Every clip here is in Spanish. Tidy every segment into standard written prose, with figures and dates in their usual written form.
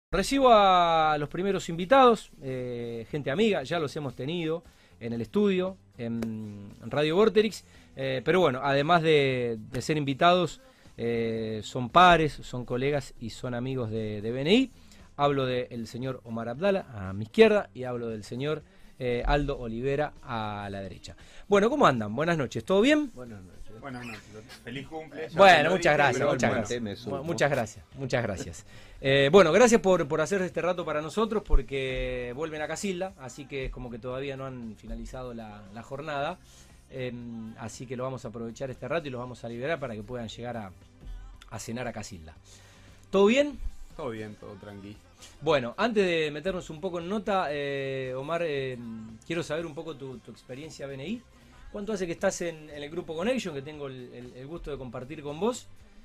Recibo a los primeros invitados, gente amiga, ya los hemos tenido en el estudio, en Radio Vorterix, pero bueno, además de ser invitados, son pares, son colegas y son amigos de BNI. Hablo del señor Omar Abdala a mi izquierda y hablo del señor Aldo Olivera a la derecha. Bueno, ¿cómo andan? Buenas noches, ¿todo bien? Buenas noches. Buenas noches. Feliz cumple. Bueno, muchas gracias, muchas gracias. Bueno, gracias por hacer este rato para nosotros, porque vuelven a Casilda, así que es como que todavía no han finalizado la jornada, así que lo vamos a aprovechar este rato y los vamos a liberar para que puedan llegar a cenar a Casilda. ¿Todo bien? Todo bien, todo tranqui. Bueno, antes de meternos un poco en nota, Omar, quiero saber un poco tu experiencia BNI. ¿Cuánto hace que estás en el grupo Connection, que tengo el gusto de compartir con vos?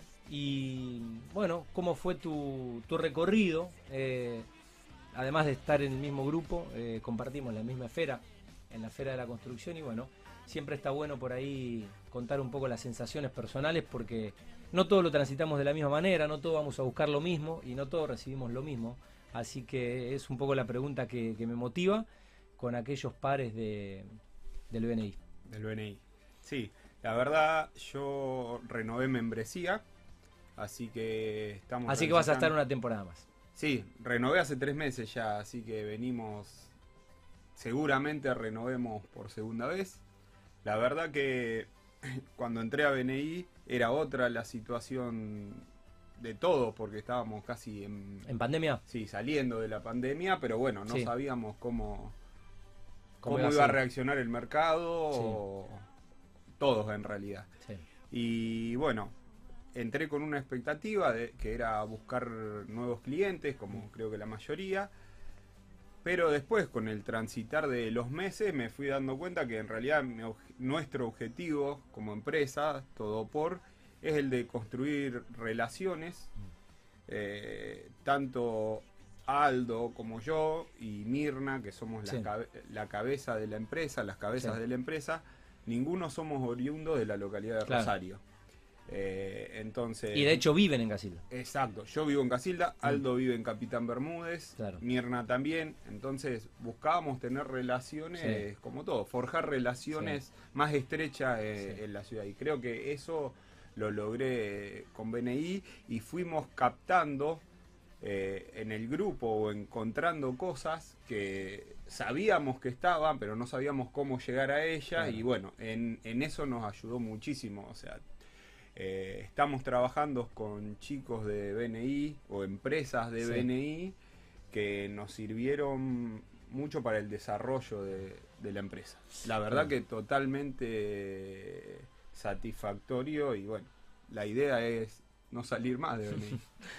Y bueno, ¿cómo fue tu recorrido? Además de estar en el mismo grupo, compartimos la misma esfera, en la esfera de la construcción, y bueno, siempre está bueno por ahí contar un poco las sensaciones personales, porque no todos lo transitamos de la misma manera, no todos vamos a buscar lo mismo y no todos recibimos lo mismo. Así que es un poco la pregunta que me motiva con aquellos pares del BNI. Del BNI. Sí, la verdad yo renové membresía, así que estamos... Así que vas a estar una temporada más. Sí, renové hace 3 meses ya, así que venimos... Seguramente renovemos por segunda vez. La verdad que cuando entré a BNI era otra la situación de todos, porque estábamos casi ¿En pandemia? Sí, saliendo de la pandemia, pero bueno, no Sí. sabíamos cómo iba iba a reaccionar el mercado, Sí. o todos en realidad. Sí. Y bueno, entré con una expectativa de que era buscar nuevos clientes, como creo que la mayoría, pero después con el transitar de los meses me fui dando cuenta que en realidad nuestro objetivo como empresa, Todopor, es el de construir relaciones, tanto Aldo como yo y Mirna, que somos Sí. la cabeza de la empresa, las cabezas Sí. de la empresa, ninguno somos oriundos de la localidad de Claro. Rosario. Entonces... Y de hecho viven en Casilda. Exacto, yo vivo en Casilda, Aldo vive en Capitán Bermúdez, Claro. Mirna también, entonces buscábamos tener relaciones, Sí. como todo, forjar relaciones más estrechas en la ciudad, y creo que eso lo logré con BNI, y fuimos captando en el grupo o encontrando cosas que sabíamos que estaban, pero no sabíamos cómo llegar a ellas, Claro. y bueno, en eso nos ayudó muchísimo, o sea... estamos trabajando con chicos de BNI o empresas de Sí. BNI que nos sirvieron mucho para el desarrollo de la empresa. La verdad Claro. que totalmente satisfactorio, y bueno, la idea es no salir más de BNI.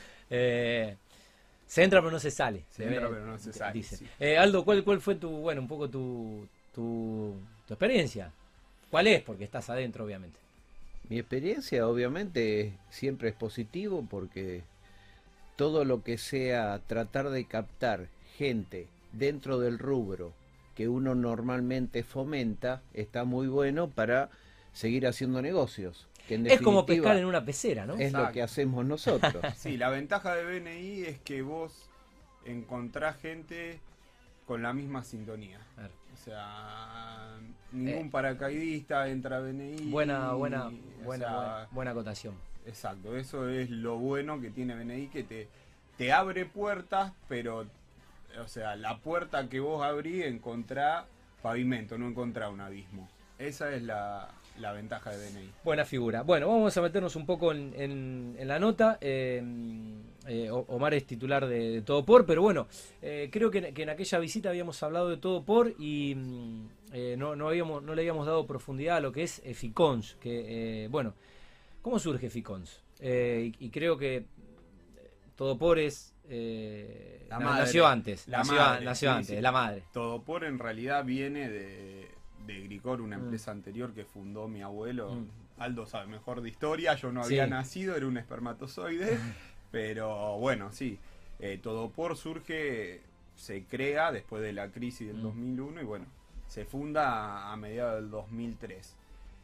Se entra pero no se sale. Se entra pero no se sale, Dice. sí. Aldo, ¿cuál fue un poco tu experiencia? ¿Cuál es? Porque estás adentro, obviamente. Mi experiencia obviamente siempre es positivo, porque todo lo que sea tratar de captar gente dentro del rubro que uno normalmente fomenta está muy bueno para seguir haciendo negocios. Que en Es como definitiva pescar en una pecera, ¿no? es lo que hacemos nosotros. Sí, la ventaja de BNI es que vos encontrás gente con la misma sintonía. Claro. O sea, ningún paracaidista entra a BNI. Buena acotación. Exacto, eso es lo bueno que tiene BNI, que te abre puertas, pero, o sea, la puerta que vos abrís encontrá pavimento, no encontrá un abismo. Esa es la ventaja de BNI. Buena figura. Bueno, vamos a meternos un poco en la nota. Omar es titular de Todopor, pero bueno, creo que en aquella visita habíamos hablado de Todopor y no le habíamos dado profundidad a lo que es Ficons. Que, bueno, ¿cómo surge Ficons? Y creo que Todopor es... nació antes. Nació antes, la madre. Todopor en realidad viene de Gricor, una empresa anterior que fundó mi abuelo. Aldo sabe mejor de historia, yo no había nacido, era un espermatozoide, pero bueno, sí, Todopor se crea después de la crisis del 2001, y bueno, se funda a mediados del 2003.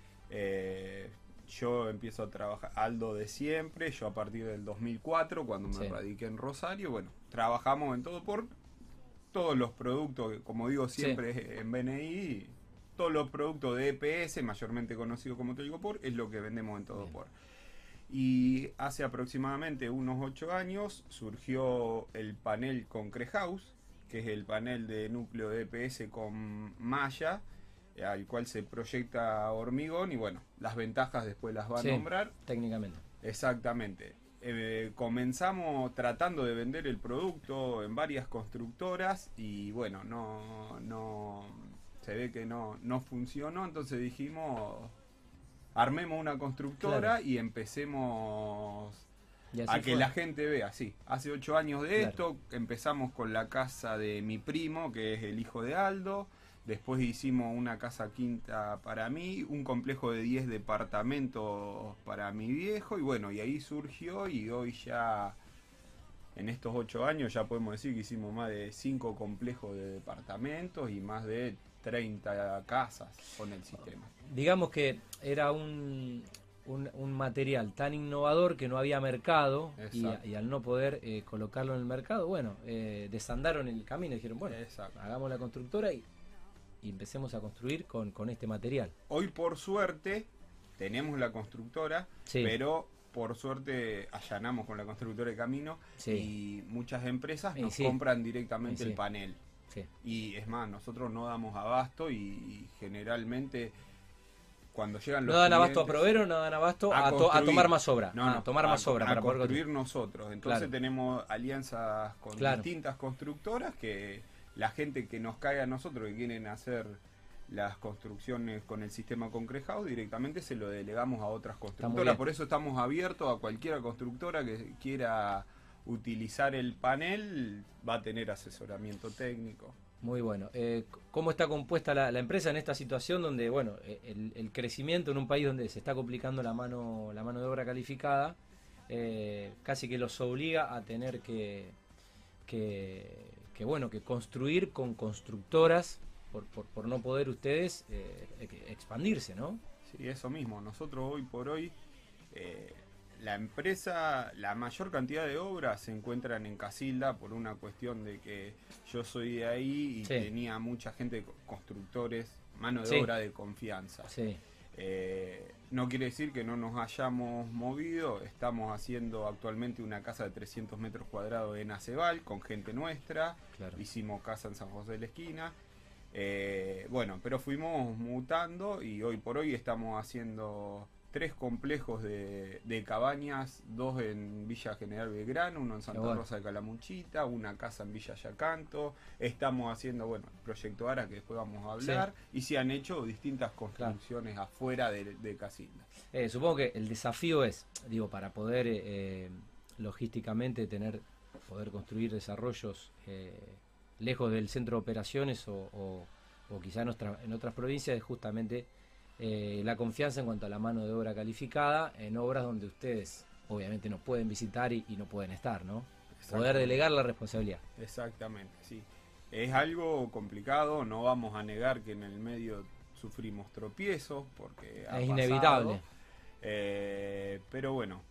Yo empiezo a trabajar, Aldo de siempre, yo a partir del 2004, cuando me radiqué en Rosario, bueno, trabajamos en todo por todos los productos, como digo siempre en BNI, todos los productos de EPS, mayormente conocidos como Telgopor, es lo que vendemos en Todopor. Y hace aproximadamente unos 8 años surgió el panel Concrehouse, que es el panel de núcleo de EPS con malla, al cual se proyecta hormigón, y bueno, las ventajas después las va a nombrar. Técnicamente. Exactamente. Comenzamos tratando de vender el producto en varias constructoras y bueno, no se ve que no funcionó, entonces dijimos, armemos una constructora y empecemos a que la gente vea. Sí, hace 8 años de esto, empezamos con la casa de mi primo, que es el hijo de Aldo. Después hicimos una casa quinta para mí, un complejo de 10 departamentos para mi viejo, y bueno, y ahí surgió, y hoy ya, en estos 8 años, ya podemos decir que hicimos más de 5 complejos de departamentos y más de 30 casas con el sistema. Digamos que era un material tan innovador que no había mercado, y al no poder colocarlo en el mercado, bueno, desandaron el camino y dijeron, bueno, hagamos la constructora y empecemos a construir con este material. Hoy por suerte tenemos la constructora, pero por suerte allanamos con la constructora de camino y muchas empresas nos compran directamente el panel. Y es más, nosotros no damos abasto y generalmente cuando llegan los ¿No dan clientes, abasto a proveer o no dan abasto a tomar más obra? A tomar más obra para poder construir nosotros. Entonces tenemos alianzas con distintas constructoras que la gente que nos cae a nosotros, que quieren hacer las construcciones con el sistema Concrehouse, directamente se lo delegamos a otras constructoras. Por eso estamos abiertos a cualquier constructora que quiera utilizar el panel, va a tener asesoramiento técnico. Muy bueno. ¿Cómo está compuesta la empresa en esta situación donde, bueno, el crecimiento en un país donde se está complicando la mano de obra calificada, casi que los obliga a tener que construir con constructoras por no poder ustedes expandirse, ¿no? Sí, eso mismo. Nosotros hoy por hoy, la empresa, la mayor cantidad de obras se encuentran en Casilda por una cuestión de que yo soy de ahí y tenía mucha gente, constructores, mano de obra de confianza. No quiere decir que no nos hayamos movido. Estamos haciendo actualmente una casa de 300 metros cuadrados en Aceval con gente nuestra. Hicimos casa en San José de la Esquina. Bueno, pero fuimos mutando y hoy por hoy estamos haciendo 3 complejos de cabañas, 2 en Villa General Belgrano, uno en Santa Rosa de Calamuchita, una casa en Villa Yacanto. Estamos haciendo, bueno, el proyecto ARA, que después vamos a hablar, y se han hecho distintas construcciones afuera de Casilda. Supongo que el desafío es, para poder logísticamente poder construir desarrollos lejos del centro de operaciones o quizá en otras provincias, es justamente la confianza en cuanto a la mano de obra calificada en obras donde ustedes obviamente no pueden visitar y no pueden estar, ¿no? Poder delegar la responsabilidad. Exactamente, sí. Es algo complicado, no vamos a negar que en el medio sufrimos tropiezos porque es inevitable. Pero bueno,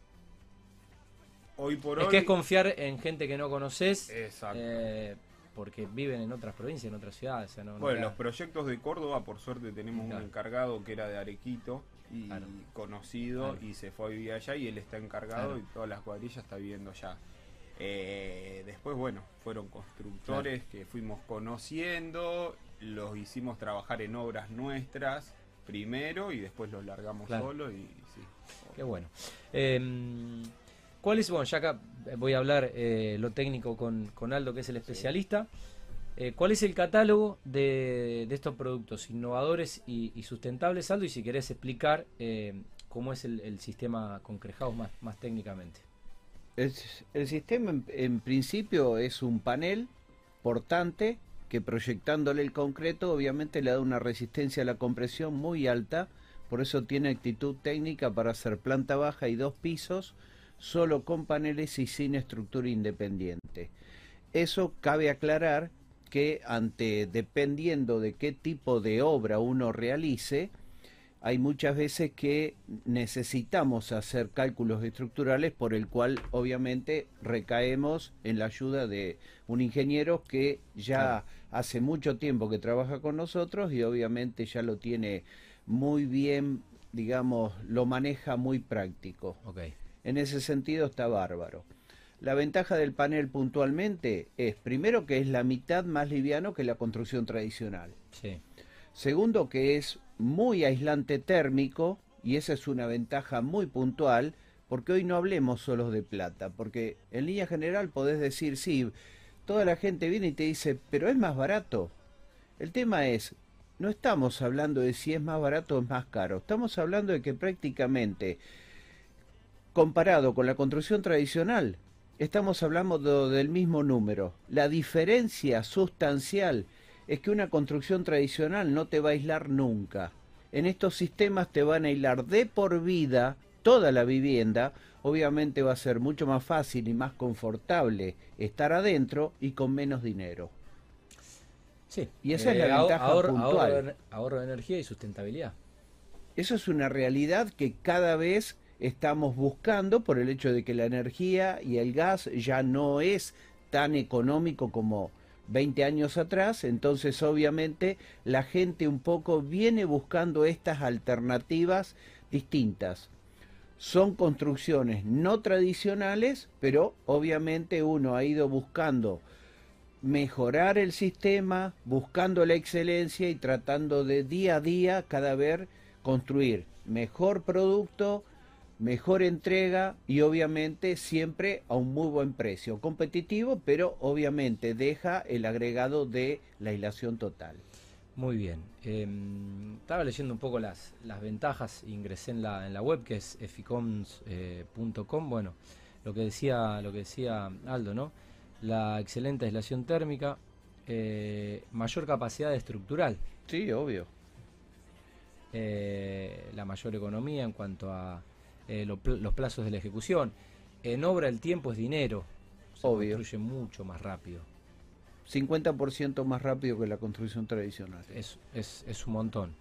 hoy por hoy... Es que es confiar en gente que no conoces. Exacto. Porque viven en otras provincias, en otras ciudades. Los proyectos de Córdoba, por suerte tenemos un encargado que era de Arequito y conocido, y se fue a vivir allá y él está encargado y todas las cuadrillas está viviendo allá. Después, bueno, fueron constructores que fuimos conociendo, los hicimos trabajar en obras nuestras primero y después los largamos solos y sí. Qué bueno. ¿Cuál es, ya acá voy a hablar lo técnico con Aldo, que es el especialista? ¿Cuál es el catálogo de estos productos innovadores y sustentables, Aldo? Y si querés explicar cómo es el sistema Concrehouse más técnicamente. El sistema en principio es un panel portante que, proyectándole el concreto, obviamente le da una resistencia a la compresión muy alta, por eso tiene actitud técnica para hacer planta baja y 2 pisos, solo con paneles y sin estructura independiente. Eso cabe aclarar que dependiendo de qué tipo de obra uno realice, hay muchas veces que necesitamos hacer cálculos estructurales por el cual obviamente recaemos en la ayuda de un ingeniero que ya hace mucho tiempo que trabaja con nosotros y obviamente ya lo tiene muy bien, digamos, lo maneja muy práctico. Okay. En ese sentido está bárbaro. La ventaja del panel puntualmente es, primero, que es la mitad más liviano que la construcción tradicional. Sí. Segundo, que es muy aislante térmico, y esa es una ventaja muy puntual, porque hoy no hablemos solo de plata, porque en línea general podés decir, sí, toda la gente viene y te dice, pero es más barato. El tema es, no estamos hablando de si es más barato o es más caro, estamos hablando de que prácticamente, comparado con la construcción tradicional, estamos hablando del mismo número. La diferencia sustancial es que una construcción tradicional no te va a aislar nunca. En estos sistemas te van a aislar de por vida toda la vivienda. Obviamente va a ser mucho más fácil y más confortable estar adentro y con menos dinero. Sí. Y esa es la ventaja puntual. Ahorro de energía y sustentabilidad. Eso es una realidad que cada vez estamos buscando por el hecho de que la energía y el gas ya no es tan económico como 20 años atrás, entonces obviamente la gente un poco viene buscando estas alternativas distintas. Son construcciones no tradicionales, pero obviamente uno ha ido buscando mejorar el sistema, buscando la excelencia y tratando de día a día cada vez construir mejor producto, mejor entrega y obviamente siempre a un muy buen precio, competitivo, pero obviamente deja el agregado de la aislación total. Muy bien. Estaba leyendo un poco las ventajas, ingresé en la web que es eficoms.com. Bueno, lo que decía Aldo, ¿no? La excelente aislación térmica, mayor capacidad estructural. Sí, obvio. La mayor economía en cuanto a los plazos de la ejecución. En obra el tiempo es dinero. Se obvio. construye mucho más rápido. 50% más rápido que la construcción tradicional. Es un montón.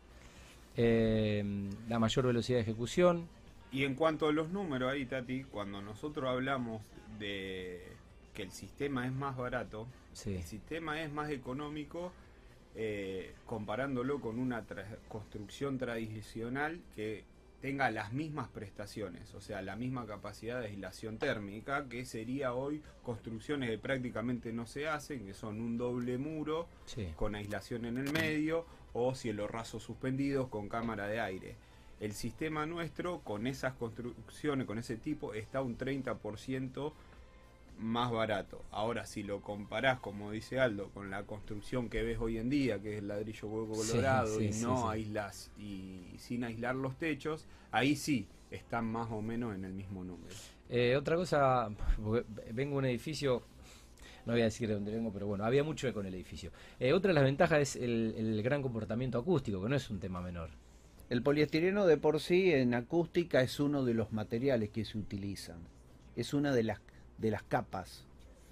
La mayor velocidad de ejecución. Y en cuanto a los números ahí, Tati, cuando nosotros hablamos de que el sistema es más barato, sí, el sistema es más económico, comparándolo con una construcción tradicional que tenga las mismas prestaciones, o sea, la misma capacidad de aislación térmica, que sería hoy construcciones que prácticamente no se hacen, que son un doble muro, sí, con aislación en el medio, o cielos rasos suspendidos con cámara de aire. El sistema nuestro, con esas construcciones, con ese tipo, está un 30% más barato. Ahora, si lo comparás, como dice Aldo, con la construcción que ves hoy en día, que es el ladrillo hueco colorado, sí, sí, y no sí, aislas y sin aislar los techos, ahí sí están más o menos en el mismo número. Otra cosa, porque vengo a un edificio, no voy a decir de dónde vengo, pero bueno, había mucho con el edificio. Otra de las ventajas es el gran comportamiento acústico, que no es un tema menor. El poliestireno de por sí en acústica es uno de los materiales que se utilizan. Es una de las capas.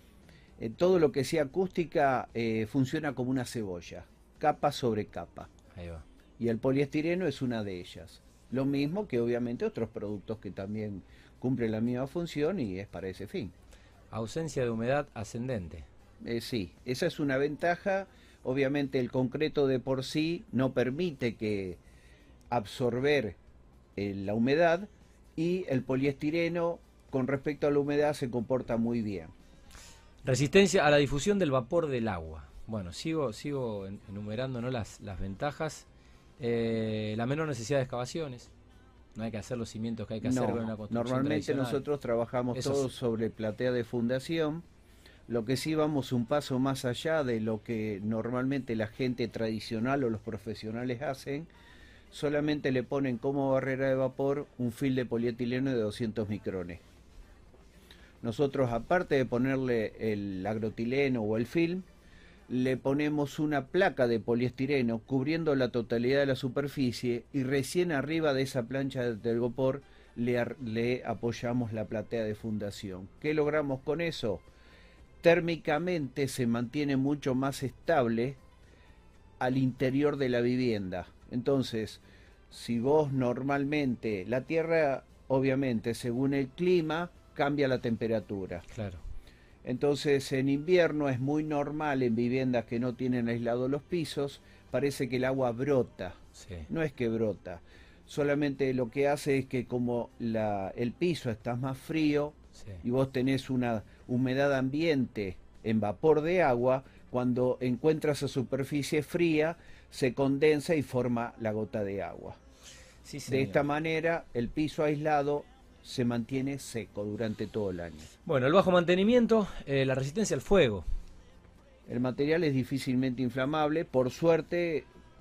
Todo lo que sea acústica funciona como una cebolla, capa sobre capa. Ahí va. Y el poliestireno es una de ellas. Lo mismo que obviamente otros productos que también cumplen la misma función y es para ese fin. Ausencia de humedad ascendente. Sí, esa es una ventaja. Obviamente el concreto de por sí no permite que absorber la humedad, y el poliestireno con respecto a la humedad se comporta muy bien. Resistencia a la difusión del vapor del agua. Bueno, sigo enumerando, ¿no? las ventajas. La menor necesidad de excavaciones. No hay que hacer los cimientos que hay que hacer con una construcción normalmente tradicional. nosotros trabajamos todos sobre platea de fundación. Lo que sí vamos un paso más allá de lo que normalmente la gente tradicional o los profesionales hacen. Solamente le ponen como barrera de vapor un film de polietileno de 200 micrones. Nosotros, aparte de ponerle el agrotileno o el film, le ponemos una placa de poliestireno cubriendo la totalidad de la superficie, y recién arriba de esa plancha del vapor le apoyamos la platea de fundación. ¿Qué logramos con eso? Térmicamente se mantiene mucho más estable al interior de la vivienda. Entonces, si vos normalmente, la Tierra obviamente según el clima cambia la temperatura. Claro. Entonces en invierno es muy normal en viviendas que no tienen aislados los pisos, parece que el agua brota. Sí. No es que brota, solamente lo que hace es que como el piso está más frío Sí. y vos tenés una humedad ambiente en vapor de agua, cuando encuentra esa superficie fría se condensa y forma la gota de agua. Sí, De señor. esta manera el piso aislado se mantiene seco durante todo el año. Bueno, el bajo mantenimiento, la resistencia al fuego. El material es difícilmente inflamable, por suerte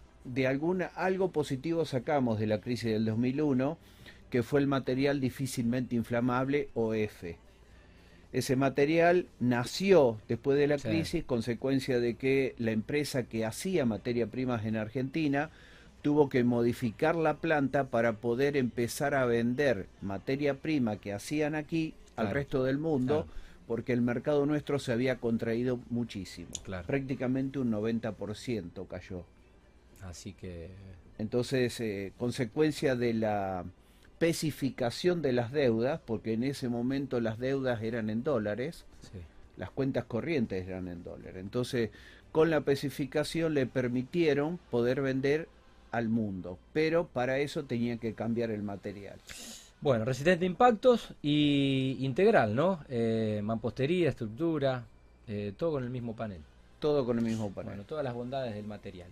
algo positivo sacamos de la crisis del 2001, que fue el material difícilmente inflamable OF. Ese material nació después de la Sí. crisis, consecuencia de que la empresa que hacía materia primas en Argentina tuvo que modificar la planta para poder empezar a vender materia prima que hacían aquí al Claro. resto del mundo, Claro. porque el mercado nuestro se había contraído muchísimo. Claro. Prácticamente un 90% cayó. Así que... Entonces, consecuencia de la especificación de las deudas, porque en ese momento las deudas eran en dólares, Sí. las cuentas corrientes eran en dólares. Entonces, con la especificación le permitieron poder vender al mundo, pero para eso tenía que cambiar el material. Bueno, resistente a impactos y integral, ¿no? Mampostería, estructura, todo con el mismo panel. Todo con el mismo panel. Bueno, todas las bondades del material.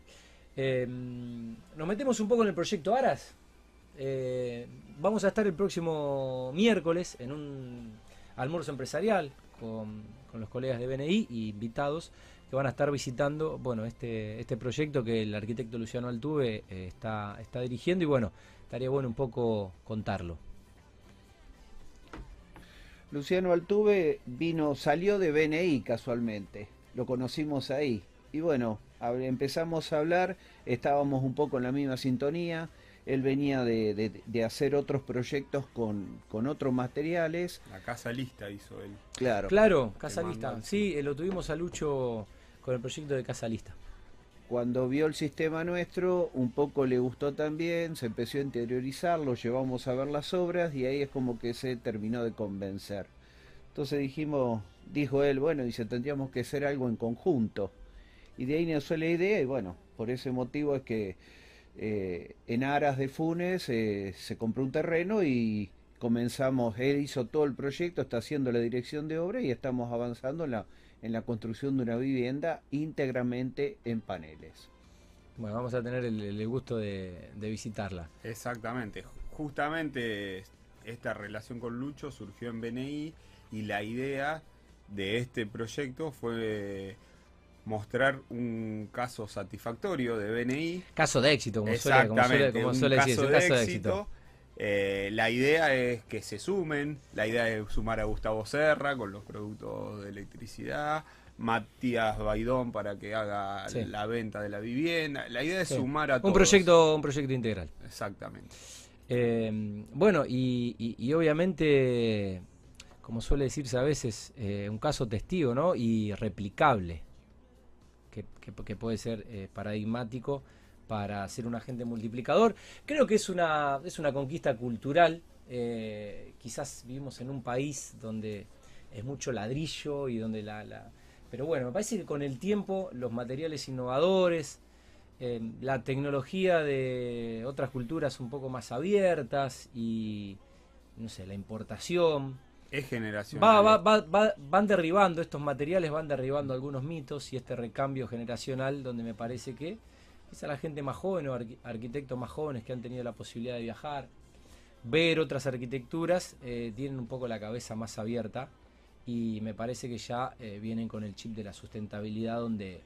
Nos metemos un poco en el proyecto Aras. Vamos a estar el próximo miércoles en un almuerzo empresarial con los colegas de BNI y invitados que van a estar visitando, bueno, este proyecto que el arquitecto Luciano Altuve está dirigiendo, y bueno, estaría bueno un poco contarlo. Luciano Altuve salió de BNI casualmente, lo conocimos ahí, y bueno, empezamos a hablar, estábamos un poco en la misma sintonía. Él venía de hacer otros proyectos con otros materiales. La casa lista hizo él. Claro. Claro, Casa Te Lista. mando Sí, lo tuvimos a Lucho con el proyecto de Casa Lista. Cuando vio el sistema nuestro, un poco le gustó también, se empezó a interiorizar, lo llevamos a ver las obras y ahí es como que se terminó de convencer. Entonces dijo él, bueno, dice, tendríamos que hacer algo en conjunto. Y de ahí nació la idea y bueno, por ese motivo es que en Aras de Funes se compró un terreno y comenzamos, él hizo todo el proyecto, está haciendo la dirección de obra y estamos avanzando en la construcción de una vivienda íntegramente en paneles. Bueno, vamos a tener el gusto de visitarla. Exactamente. Justamente esta relación con Lucho surgió en BNI y la idea de este proyecto fue mostrar un caso satisfactorio de BNI. Caso de éxito, como suele un decirse, caso un de caso de éxito. éxito. La idea es que se sumen, la idea es sumar a Gustavo Serra con los productos de electricidad, Matías Baidón para que haga Sí. la venta de la vivienda. La idea es Sí. sumar a un todos. proyecto integral. Exactamente. Bueno, y obviamente, como suele decirse a veces, un caso testigo, ¿no? Y replicable, que puede ser paradigmático para ser un agente multiplicador. Creo que es una conquista cultural. Quizás vivimos en un país donde es mucho ladrillo y donde pero bueno, me parece que con el tiempo los materiales innovadores, la tecnología de otras culturas un poco más abiertas y, no sé, la importación, Es generación. van derribando estos materiales, van derribando algunos mitos y este recambio generacional donde me parece que quizá la gente más joven o arquitectos más jóvenes que han tenido la posibilidad de viajar, ver otras arquitecturas, tienen un poco la cabeza más abierta y me parece que ya vienen con el chip de la sustentabilidad donde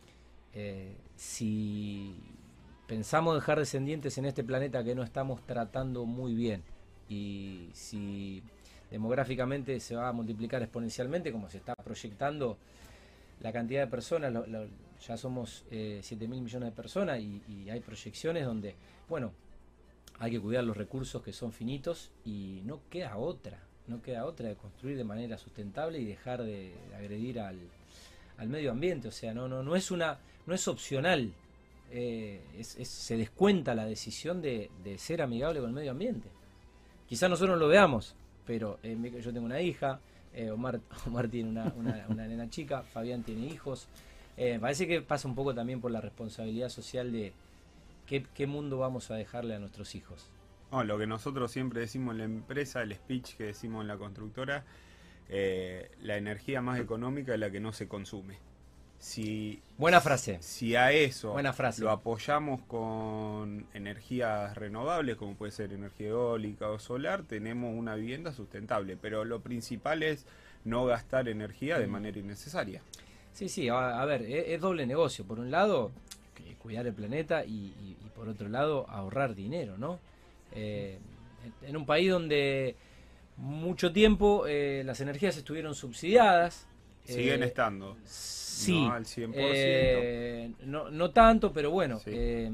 si pensamos dejar descendientes en este planeta que no estamos tratando muy bien y si demográficamente se va a multiplicar exponencialmente como se está proyectando la cantidad de personas, ya somos 7.000 millones de personas y hay proyecciones donde, bueno, hay que cuidar los recursos que son finitos y no queda otra de construir de manera sustentable y dejar de agredir al medio ambiente. O sea, no es opcional se descuenta la decisión de ser amigable con el medio ambiente. Quizás nosotros no lo veamos, pero yo tengo una hija, Omar tiene una nena chica, Fabián tiene hijos. Parece que pasa un poco también por la responsabilidad social de qué mundo vamos a dejarle a nuestros hijos. No, lo que nosotros siempre decimos en la empresa, el speech que decimos en la constructora, la energía más económica es la que no se consume. Buena frase. Si a eso Buena frase. lo apoyamos con energías renovables, como puede ser energía eólica o solar, tenemos una vivienda sustentable. Pero lo principal es no gastar energía de manera innecesaria. Sí, a ver, es doble negocio. Por un lado, cuidar el planeta y por otro lado, ahorrar dinero, ¿no? En un país donde mucho tiempo las energías estuvieron subsidiadas. Siguen estando. Sí. No al 100%. No tanto, pero bueno. Sí.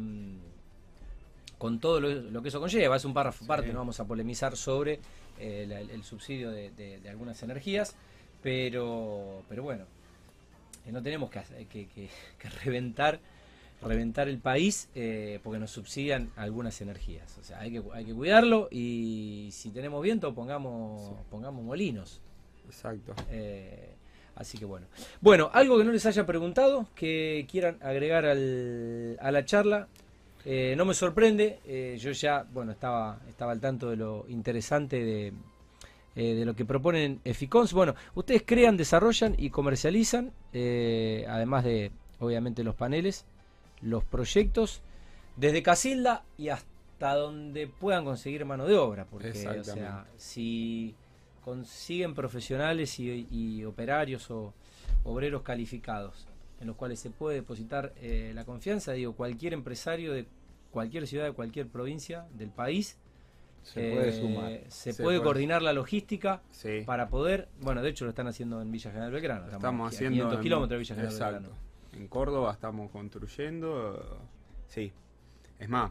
Con todo lo que eso conlleva. Es un párrafo aparte, no vamos a polemizar sobre el subsidio de algunas energías. Pero bueno, no tenemos que reventar el país porque nos subsidian algunas energías. O sea, hay que cuidarlo, y si tenemos viento pongamos molinos. Exacto. Así que bueno, algo que no les haya preguntado, que quieran agregar a la charla. No me sorprende, yo ya estaba al tanto de lo interesante de lo que proponen Eficons. Bueno, ustedes crean, desarrollan y comercializan, además de obviamente los paneles, los proyectos, desde Casilda y hasta donde puedan conseguir mano de obra, porque o sea, si consiguen profesionales y operarios o obreros calificados en los cuales se puede depositar la confianza, cualquier empresario de cualquier ciudad, de cualquier provincia del país se puede sumar. Se puede coordinar la logística para poder, de hecho lo están haciendo en Villa General Belgrano. Estamos aquí, haciendo 500 kilómetros de Villa General Belgrano. En Córdoba estamos construyendo, sí. Es más,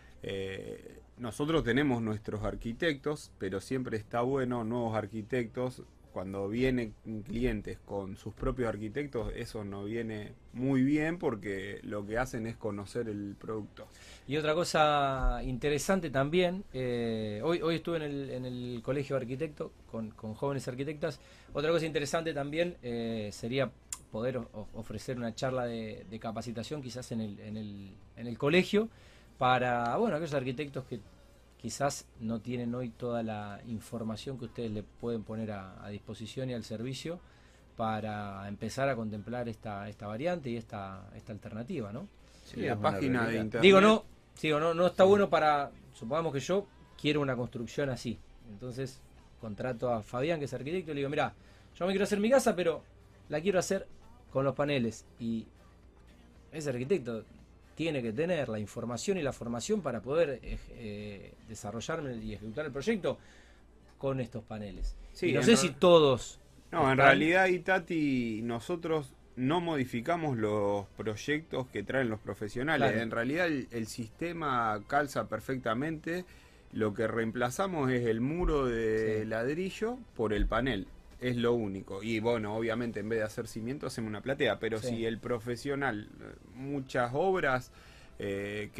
nosotros tenemos nuestros arquitectos, pero siempre está bueno nuevos arquitectos. Cuando vienen clientes con sus propios arquitectos, eso nos viene muy bien porque lo que hacen es conocer el producto. Y otra cosa interesante también, hoy estuve en el colegio de arquitectos con jóvenes arquitectas. Otra cosa interesante también sería poder ofrecer una charla de capacitación quizás en el colegio para aquellos arquitectos que quizás no tienen hoy toda la información que ustedes le pueden poner a disposición y al servicio para empezar a contemplar esta variante y esta alternativa, ¿no? Sí, la página de internet. No está bueno para, supongamos que yo quiero una construcción así, entonces contrato a Fabián, que es arquitecto, y le digo, mira, yo me quiero hacer mi casa, pero la quiero hacer con los paneles, y ese arquitecto tiene que tener la información y la formación para poder desarrollarme y ejecutar el proyecto con estos paneles. Sí, y no sé si todos... No, en realidad, Itati, nosotros no modificamos los proyectos que traen los profesionales. Claro. En realidad el sistema calza perfectamente. Lo que reemplazamos es el muro de ladrillo por el panel. Es lo único. Y obviamente en vez de hacer cimiento hacemos una platea. Pero si el profesional, muchas obras que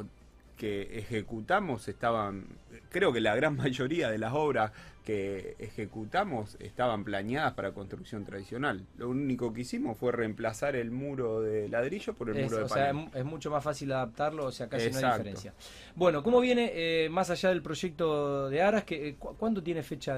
ejecutamos estaban, creo que la gran mayoría de las obras que ejecutamos estaban planeadas para construcción tradicional. Lo único que hicimos fue reemplazar el muro de ladrillo por el muro de panel. Es mucho más fácil adaptarlo, casi no hay diferencia. Bueno, ¿cómo viene más allá del proyecto de Aras? ¿Cuándo tiene fecha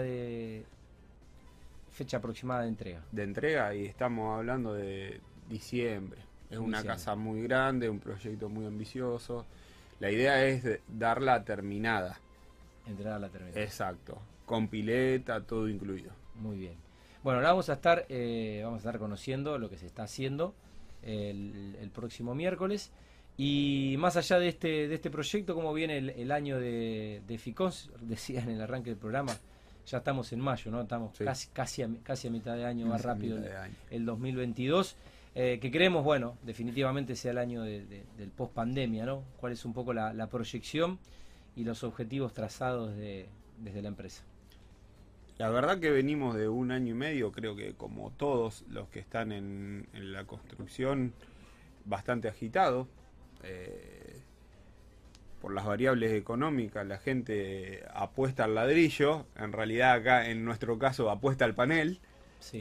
aproximada de entrega? De entrega, y estamos hablando de diciembre. Es una casa muy grande, un proyecto muy ambicioso. La idea es darla terminada. Entregarla terminada. Exacto. Con pileta, todo incluido. Muy bien. Bueno, ahora vamos a estar conociendo lo que se está haciendo el próximo miércoles. Y más allá de este proyecto, ¿cómo viene el año de Eficons? Decía en el arranque del programa, ya estamos en mayo, ¿no? Estamos casi a mitad de año, más rápido el 2022. Que creemos, definitivamente sea el año del post pandemia, ¿no? ¿Cuál es un poco la proyección y los objetivos trazados desde la empresa? La verdad que venimos de un año y medio, creo que como todos los que están en la construcción, bastante agitado. por las variables económicas la gente apuesta al ladrillo, en realidad acá en nuestro caso apuesta al panel. Sí.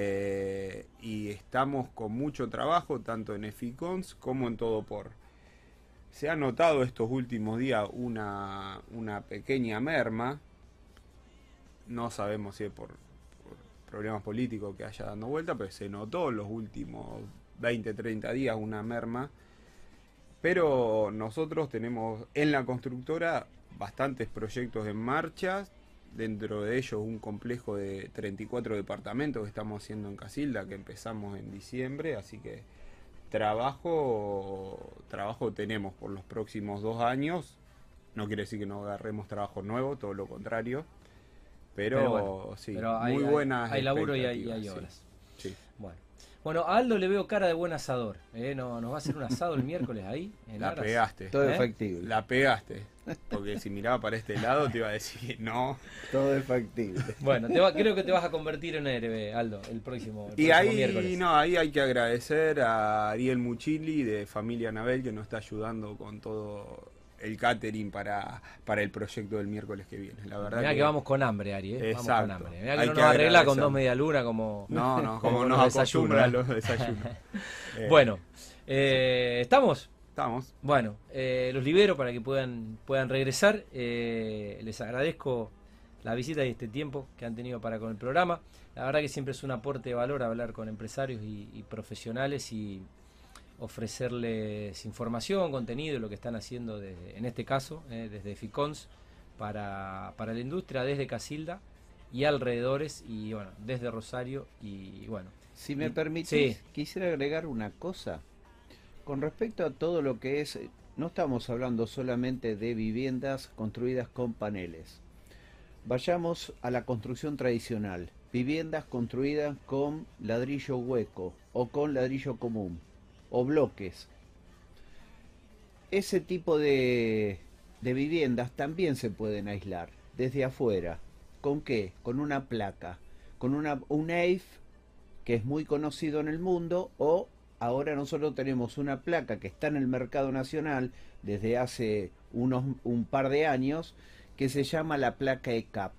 Y estamos con mucho trabajo tanto en Eficons como en Todopor. Se ha notado estos últimos días una pequeña merma, no sabemos si es por problemas políticos que haya dando vuelta, pero se notó los últimos 20-30 días una merma. Pero nosotros tenemos en la constructora bastantes proyectos en marcha, dentro de ellos un complejo de 34 departamentos que estamos haciendo en Casilda, que empezamos en diciembre, así que trabajo tenemos por los próximos 2 años. No quiere decir que no agarremos trabajo nuevo, todo lo contrario, pero bueno, sí, pero muy buenas. Hay laburo y hay obras. Sí. Bueno, a Aldo le veo cara de buen asador. ¿Nos va a hacer un asado el miércoles ahí? En La Aras? pegaste. Todo es factible. La pegaste. Porque si miraba para este lado te iba a decir que no. Todo es factible. Bueno, creo que te vas a convertir en héroe, Aldo, el próximo miércoles. Ahí hay que agradecer a Ariel Muchili de Familia Anabel, que nos está ayudando con todo el catering para el proyecto del miércoles que viene. La verdad Mirá que vamos con hambre, Ari. Exacto. Vamos con hambre. Mirá que Hay no que nos arregla con agradecer. 2 medialunas como como nos acostumbra a los desayunos. Bueno, ¿estamos? Estamos. Bueno, los libero para que puedan regresar. Les agradezco la visita y este tiempo que han tenido para con el programa. La verdad que siempre es un aporte de valor hablar con empresarios y profesionales y ofrecerles información, contenido, lo que están haciendo en este caso, desde Ficons para la industria, desde Casilda y alrededores, y bueno, desde Rosario, y bueno. Si me permitís, sí. Quisiera agregar una cosa. Con respecto a todo lo que es, no estamos hablando solamente de viviendas construidas con paneles. Vayamos a la construcción tradicional. Viviendas construidas con ladrillo hueco o con ladrillo común o bloques. Ese tipo de viviendas también se pueden aislar desde afuera. ¿Con qué? Con una placa, con un EIF que es muy conocido en el mundo, o ahora nosotros tenemos una placa que está en el mercado nacional desde hace un par de años, que se llama la placa ECAP.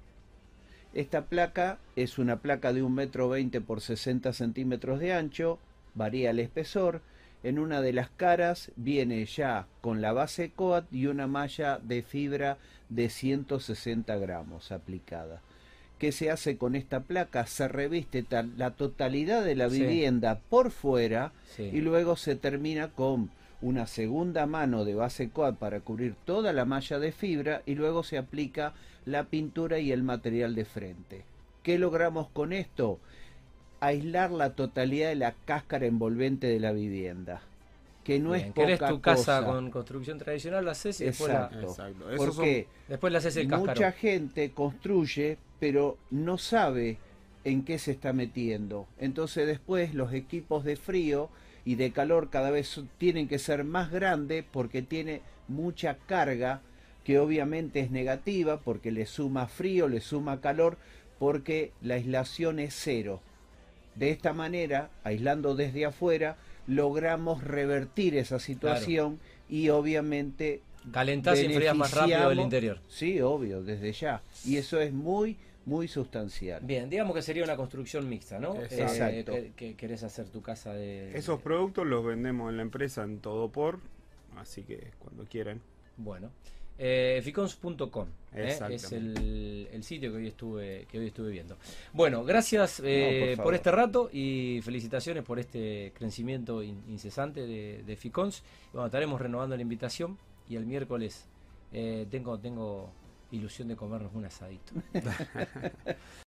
Esta placa es una placa de 1,20 m por 60 centímetros de ancho, varía el espesor. En una de las caras viene ya con la base coat y una malla de fibra de 160 gramos aplicada. ¿Qué se hace con esta placa? Se reviste la totalidad de la vivienda por fuera, y luego se termina con una segunda mano de base coat para cubrir toda la malla de fibra, y luego se aplica la pintura y el material de frente. ¿Qué logramos con esto? Aislar la totalidad de la cáscara envolvente de la vivienda, que no es poca ¿Querés tu cosa. casa con construcción tradicional? La haces y Exacto. Porque después le haces el cáscaro. Mucha gente construye, pero no sabe en qué se está metiendo. Entonces después los equipos de frío y de calor cada vez tienen que ser más grandes, porque tiene mucha carga, que obviamente es negativa, porque le suma frío, le suma calor, porque la aislación es cero. De esta manera, aislando desde afuera, logramos revertir esa situación, y obviamente calentás y enfrías más rápido del interior. Sí, obvio, desde ya. Y eso es muy, muy sustancial. Bien, digamos que sería una construcción mixta, ¿no? Exacto. Que querés hacer tu casa de... Esos productos los vendemos en la empresa en Todopor, así que cuando quieran. Bueno. Ficons.com es el sitio que hoy estuve viendo. Bueno, gracias por este rato y felicitaciones por este crecimiento incesante de Ficons. Bueno, estaremos renovando la invitación, y el miércoles tengo ilusión de comernos un asadito.